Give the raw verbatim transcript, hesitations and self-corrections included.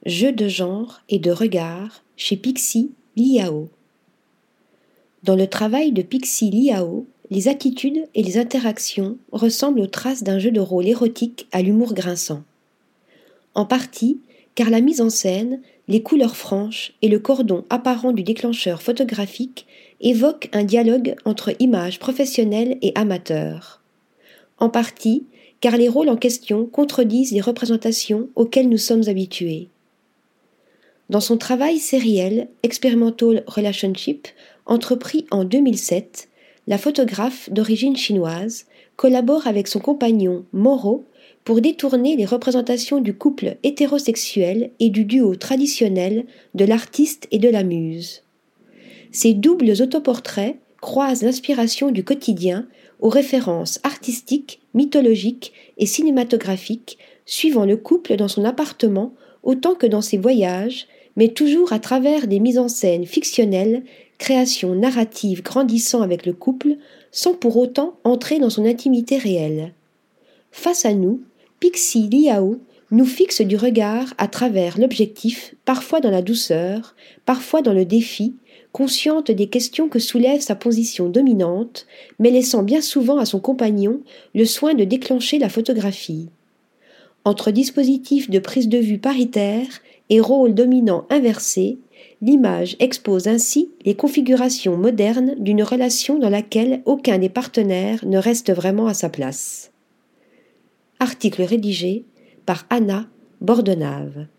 Jeux de genre et de regard chez Pixie Liao. Dans le travail de Pixie Liao, les attitudes et les interactions ressemblent aux traces d'un jeu de rôle érotique à l'humour grinçant. En partie, car la mise en scène, les couleurs franches et le cordon apparent du déclencheur photographique évoquent un dialogue entre images professionnelles et amateurs. En partie, car les rôles en question contredisent les représentations auxquelles nous sommes habitués. Dans son travail sériel Experimental Relationship, entrepris en deux mille sept, la photographe d'origine chinoise collabore avec son compagnon Moro pour détourner les représentations du couple hétérosexuel et du duo traditionnel de l'artiste et de la muse. Ces doubles autoportraits croisent l'inspiration du quotidien aux références artistiques, mythologiques et cinématographiques, suivant le couple dans son appartement autant que dans ses voyages, mais toujours à travers des mises en scène fictionnelles, créations narratives grandissant avec le couple, sans pour autant entrer dans son intimité réelle. Face à nous, Pixie Liao nous fixe du regard à travers l'objectif, parfois dans la douceur, parfois dans le défi, consciente des questions que soulève sa position dominante, mais laissant bien souvent à son compagnon le soin de déclencher la photographie. Entre dispositifs de prise de vue paritaire et rôle dominant inversé, l'image expose ainsi les configurations modernes d'une relation dans laquelle aucun des partenaires ne reste vraiment à sa place. Article rédigé par Anna Bordenave.